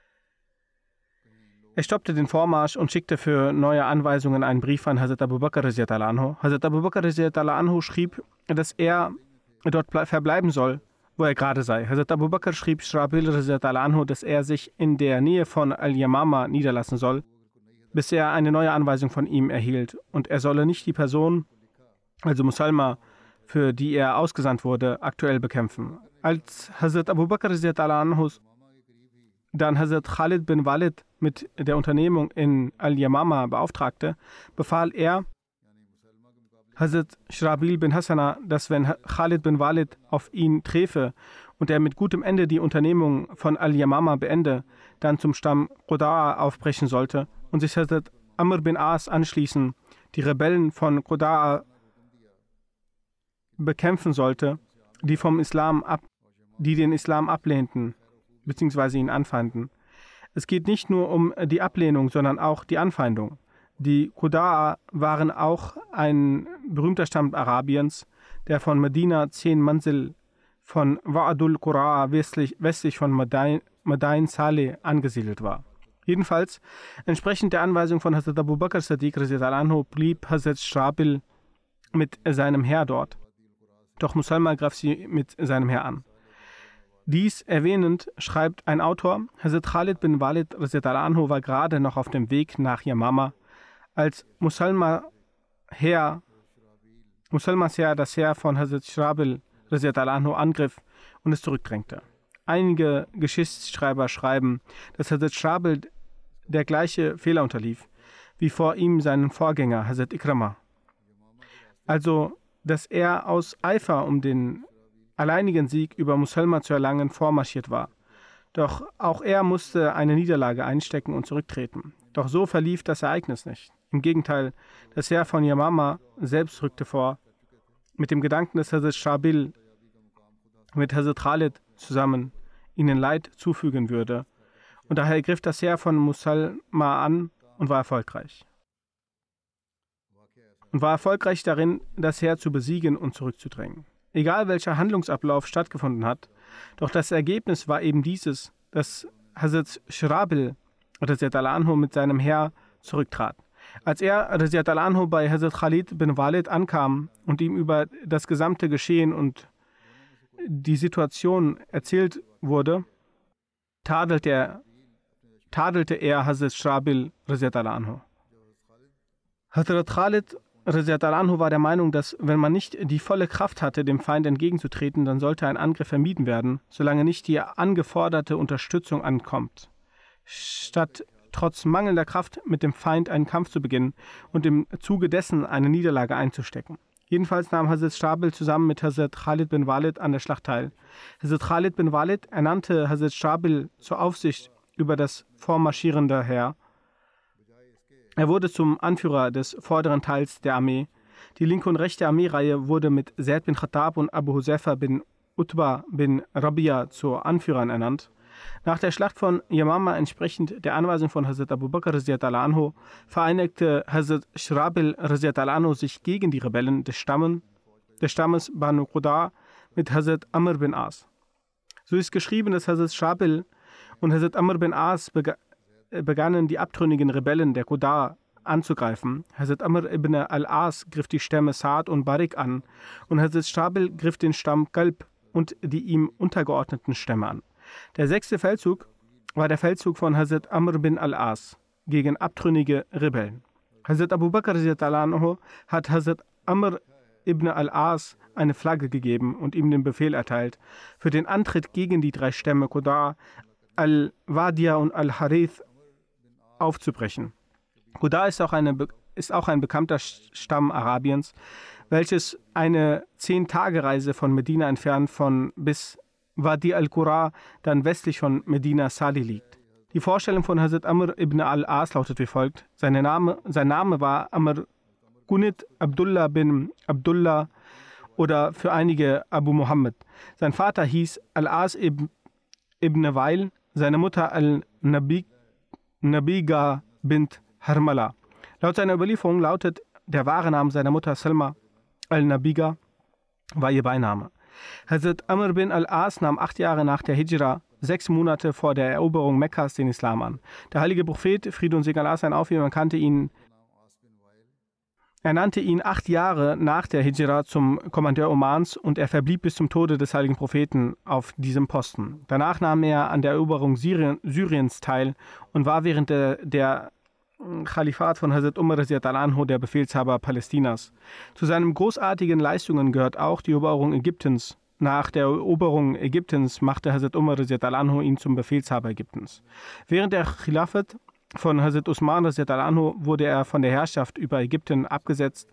Er stoppte den Vormarsch und schickte für neue Anweisungen einen Brief an Hazrat Abu Bakr Raziyat al-Anhu. Hazrat Abu Bakr Raziyat al-Anhu schrieb, dass er dort verbleiben soll, wo er gerade sei. Hazrat Abu Bakr schrieb Shrabil Raziyat al-Anhu, dass er sich in der Nähe von Al-Yamama niederlassen soll, bis er eine neue Anweisung von ihm erhielt. Und er solle nicht die Person, also Musalma, für die er ausgesandt wurde, aktuell bekämpfen. Als Hazrat Abu Bakr Raziyat al-Anhu dann Hazrat Khalid bin Walid mit der Unternehmung in Al-Yamama beauftragte, befahl er Hazrat Shrabil bin Hassana, dass wenn Khalid bin Walid auf ihn träfe und er mit gutem Ende die Unternehmung von Al-Yamama beende, dann zum Stamm Quda'a aufbrechen sollte und sich Hazrat Amr bin As anschließen, die Rebellen von Quda'a bekämpfen sollte, die den Islam ablehnten bzw. ihn anfeinden. Es geht nicht nur um die Ablehnung, sondern auch die Anfeindung. Die Qudaa waren auch ein berühmter Stamm Arabiens, der von Medina 10 Manzil von Wa'adul Qura westlich von Madain Saleh angesiedelt war. Jedenfalls, entsprechend der Anweisung von Hazrat Abu Bakr Siddiq anhu, blieb Hazrat Shrabil mit seinem Heer dort. Doch Musalma griff sie mit seinem Heer an. Dies erwähnend schreibt ein Autor, Hazrat Khalid bin Walid anhu war gerade noch auf dem Weg nach Yamama, als Musalmas Heer das Heer von Hazrat Shrabil anhu angriff und es zurückdrängte. Einige Geschichtsschreiber schreiben, dass Hazrat Shrabil der gleiche Fehler unterlief, wie vor ihm seinen Vorgänger Hazrat Ikrama. Also, dass er aus Eifer, um den alleinigen Sieg über Musalma zu erlangen, vormarschiert war. Doch auch er musste eine Niederlage einstecken und zurücktreten. Doch so verlief das Ereignis nicht. Im Gegenteil, das Heer von Yamama selbst rückte vor, mit dem Gedanken, dass Hazrat Shrabil mit Hazrat Khalid zusammen ihnen Leid zufügen würde. Und daher griff das Heer von Musalma an und war erfolgreich. Darin, das Heer zu besiegen und zurückzudrängen. Egal welcher Handlungsablauf stattgefunden hat, doch das Ergebnis war eben dieses, dass Hazrat Shrabil anhu mit seinem Heer zurücktrat. Als er anhu bei Hazrat Khalid bin Walid ankam und ihm über das gesamte Geschehen und die Situation erzählt wurde, tadelte er Hazrat Shrabil anhu. Hazrat Khalid anhu war der Meinung, dass wenn man nicht die volle Kraft hatte, dem Feind entgegenzutreten, dann sollte ein Angriff vermieden werden, solange nicht die angeforderte Unterstützung ankommt. Statt trotz mangelnder Kraft mit dem Feind einen Kampf zu beginnen und im Zuge dessen eine Niederlage einzustecken. Jedenfalls nahm Hazrat Shrabil zusammen mit Hazrat Khalid bin Walid an der Schlacht teil. Hazrat Khalid bin Walid ernannte Hazrat Shrabil zur Aufsicht über das vormarschierende Heer. Er wurde zum Anführer des vorderen Teils der Armee. Die linke und rechte Armeereihe wurde mit Zaid bin Khattab und Abu Huzaifa bin Utba bin Rabia zu Anführern ernannt. Nach der Schlacht von Yamama, entsprechend der Anweisung von Hazrat Abu Bakr anhu, vereinigte Hazrat Shrabil anhu sich gegen die Rebellen des Stammes Banu Qudaa mit Hazrat Amr bin As. So ist geschrieben, dass Hazrat Shrabil und Hazrat Amr bin As begannen, die abtrünnigen Rebellen der Qudaa anzugreifen. Hazrat Amr ibn al-As griff die Stämme Saad und Barik an und Hazrat Shrabil griff den Stamm Kalb und die ihm untergeordneten Stämme an. Der 6. Feldzug war der Feldzug von Hazrat Amr bin al-As gegen abtrünnige Rebellen. Hazrat Abu Bakr anhu hat Hazrat Amr ibn al-As eine Flagge gegeben und ihm den Befehl erteilt, für den Antritt gegen die 3 Stämme Qudaa, al-Wadia und al-Harith aufzubrechen. Qudaa ist auch ein bekannter Stamm Arabiens, welches eine 10-Tage-Reise von Medina entfernt bis Wadi al-Qura, dann westlich von Medina Saleh liegt. Die Vorstellung von Hazrat Amr ibn al-As lautet wie folgt. Sein Name war Amr Gunit Abdullah bin Abdullah oder für einige Abu Muhammad. Sein Vater hieß al-As ibn Wail, seine Mutter al-Nabiga bint Harmala. Laut seiner Überlieferung lautet der wahre Name seiner Mutter Salma al-Nabiga, war ihr Beiname. Hazrat Amr bin al-As nahm 8 Jahre nach der Hijra, 6 Monate vor der Eroberung Mekkas, den Islam an. Der heilige Prophet, Friede und Segen Allah seien auf ihm, er nannte ihn 8 Jahre nach der Hijra zum Kommandeur Omans und er verblieb bis zum Tode des heiligen Propheten auf diesem Posten. Danach nahm er an der Eroberung Syriens teil und war während der Khalifat von Hazrat Umar anhu der Befehlshaber Palästinas. Zu seinen großartigen Leistungen gehört auch die Eroberung Ägyptens. Nach der Eroberung Ägyptens machte Hazrat Umar anhu ihn zum Befehlshaber Ägyptens. Während der Khilafat von Hazrat Usman anhu wurde er von der Herrschaft über Ägypten abgesetzt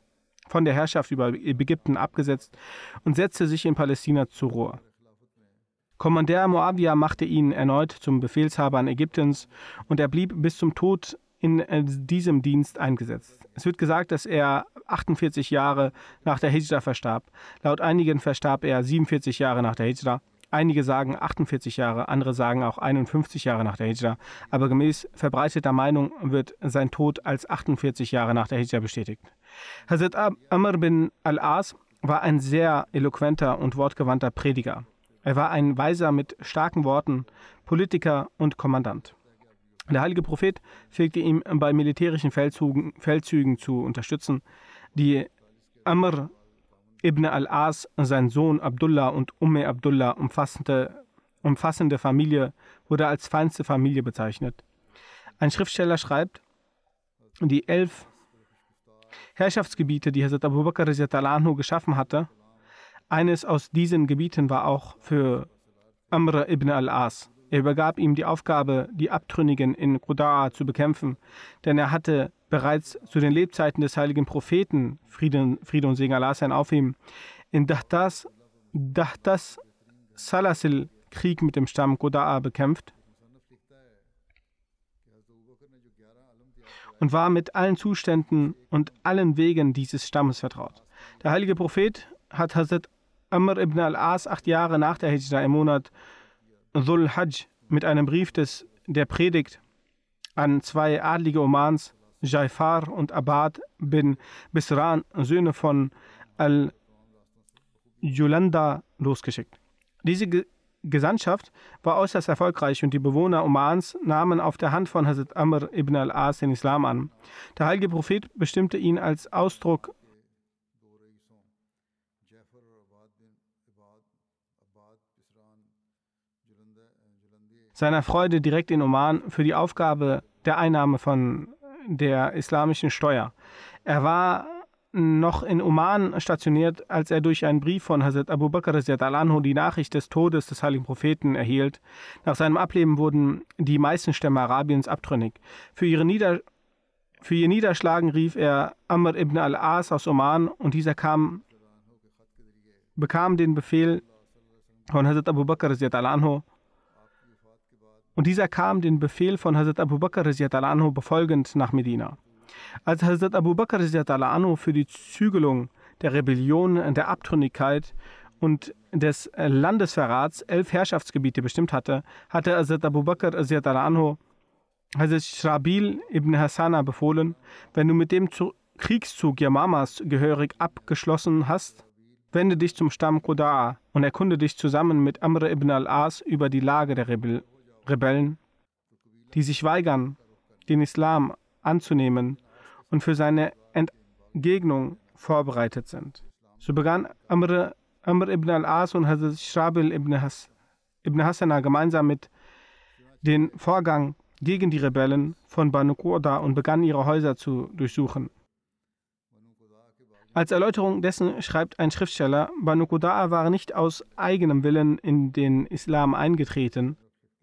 und setzte sich in Palästina zur Ruhe. Kommandeur Muawiyah machte ihn erneut zum Befehlshaber Ägyptens und er blieb bis zum Tod in diesem Dienst eingesetzt. Es wird gesagt, dass er 48 Jahre nach der Hijra verstarb. Laut einigen verstarb er 47 Jahre nach der Hijra. Einige sagen 48 Jahre, andere sagen auch 51 Jahre nach der Hijra, aber gemäß verbreiteter Meinung wird sein Tod als 48 Jahre nach der Hijra bestätigt. Hazrat Amr bin al-As war ein sehr eloquenter und wortgewandter Prediger. Er war ein Weiser mit starken Worten, Politiker und Kommandant. Der heilige Prophet pflegte ihm bei militärischen Feldzügen zu unterstützen. Die Amr ibn al-As, sein Sohn Abdullah und Abdullah umfassende Familie wurde als feinste Familie bezeichnet. Ein Schriftsteller schreibt, die 11 Herrschaftsgebiete, die Hazrat Abu Bakr geschaffen hatte, eines aus diesen Gebieten war auch für Amr ibn al-As. Er übergab ihm die Aufgabe, die Abtrünnigen in Qudaa zu bekämpfen, denn er hatte bereits zu den Lebzeiten des heiligen Propheten, Friede und Segen Allah sein auf ihm, in Dahtas Salasil Krieg mit dem Stamm Qudaa bekämpft und war mit allen Zuständen und allen Wegen dieses Stammes vertraut. Der heilige Prophet hat Hazrat Amr ibn al-As 8 Jahre nach der Hijra im Monat Dhul Hajj mit einem Brief der Predigt an 2 adlige Omans, Jaifar und Abad bin Bisran, Söhne von al-Julanda, losgeschickt. Diese Gesandtschaft war äußerst erfolgreich und die Bewohner Omans nahmen auf der Hand von Hazrat Amr ibn al-As den Islam an. Der heilige Prophet bestimmte ihn als Ausdruck seiner Freude direkt in Oman für die Aufgabe der Einnahme von der islamischen Steuer. Er war noch in Oman stationiert, als er durch einen Brief von Hazrat Abu Bakr die Nachricht des Todes des heiligen Propheten erhielt. Nach seinem Ableben wurden die meisten Stämme Arabiens abtrünnig. Für ihr Niederschlagen rief er Amr ibn al-As aus Oman und dieser bekam den Befehl von Hazrat Abu Bakr befolgend nach Medina. Als Hazrat Abu Bakr für die Zügelung der Rebellion, der Abtrünnigkeit und des Landesverrats 11 Herrschaftsgebiete bestimmt hatte, hatte Hazrat Abu Bakr Hazrat Shrabil ibn Hassana befohlen: Wenn du mit dem Kriegszug Yamamas gehörig abgeschlossen hast, wende dich zum Stamm Qudaa und erkunde dich zusammen mit Amr ibn al-As über die Lage der Rebellen, die sich weigern, den Islam anzunehmen und für seine Entgegnung vorbereitet sind. So begann Amr ibn al-As und Hazrat Shrabil ibn Hassana gemeinsam mit den Vorgang gegen die Rebellen von Banu Qurda und begannen ihre Häuser zu durchsuchen. Als Erläuterung dessen schreibt ein Schriftsteller, Banu Qurda waren nicht aus eigenem Willen in den Islam eingetreten,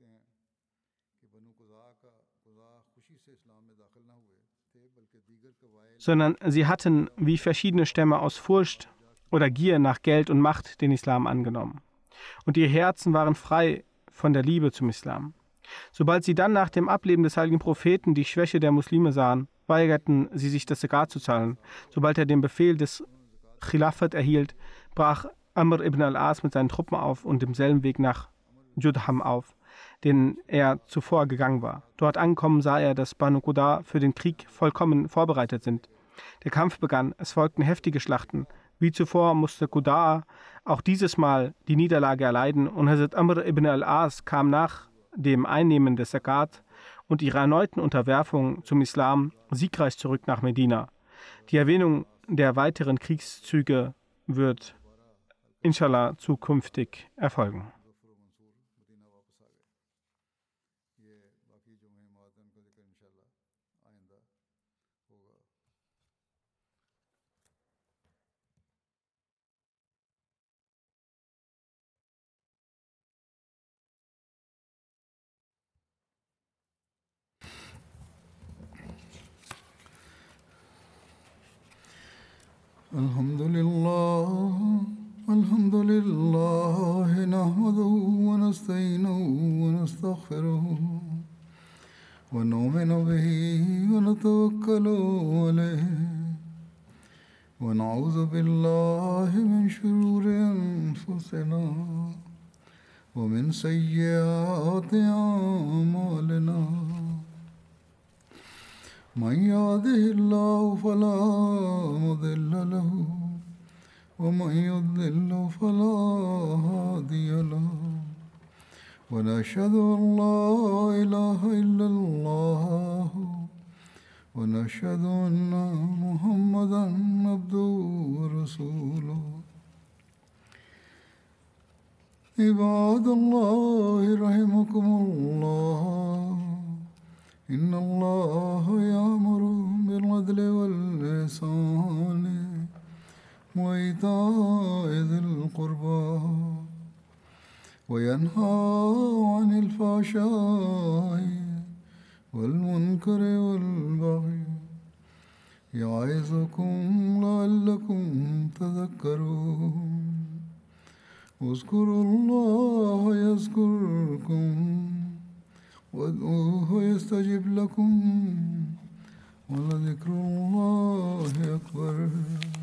sondern sie hatten, wie verschiedene Stämme, aus Furcht oder Gier nach Geld und Macht den Islam angenommen. Und ihre Herzen waren frei von der Liebe zum Islam. Sobald sie dann nach dem Ableben des heiligen Propheten die Schwäche der Muslime sahen, weigerten sie sich, das Zakat zu zahlen. Sobald er den Befehl des Khilafat erhielt, brach Amr ibn al-As mit seinen Truppen auf und demselben Weg nach Judham auf, den er zuvor gegangen war. Dort angekommen sah er, dass Banu Qurda für den Krieg vollkommen vorbereitet sind. Der Kampf begann, es folgten heftige Schlachten. Wie zuvor musste Qurda auch dieses Mal die Niederlage erleiden und Hazrat Amr ibn al-As kam nach dem Einnehmen des Zakat und ihrer erneuten Unterwerfung zum Islam siegreich zurück nach Medina. Die Erwähnung der weiteren Kriegszüge wird inshallah zukünftig erfolgen. الحمد لله نحمده ونستعينه ونستغفره ونؤمن به ونتوكل عليه ونعوذ بالله من شرور أنفسنا ومن سيئات أعمالنا من يهده الله فلا مضل له ومن يضلل فلا هادي له ونشهد أن لا إله إلا الله ونشهد أن محمدا عبده ورسوله عباد الله رحمكم الله إن الله يأمر بالعدل والإحسان وإيتاء ذي القربى وينهى عن الفحشاء والمنكر والبغي يعظكم لعلكم تذكرون اذكروا الله يذكركم وادعوه يستجب لكم ولذكر الله أكبر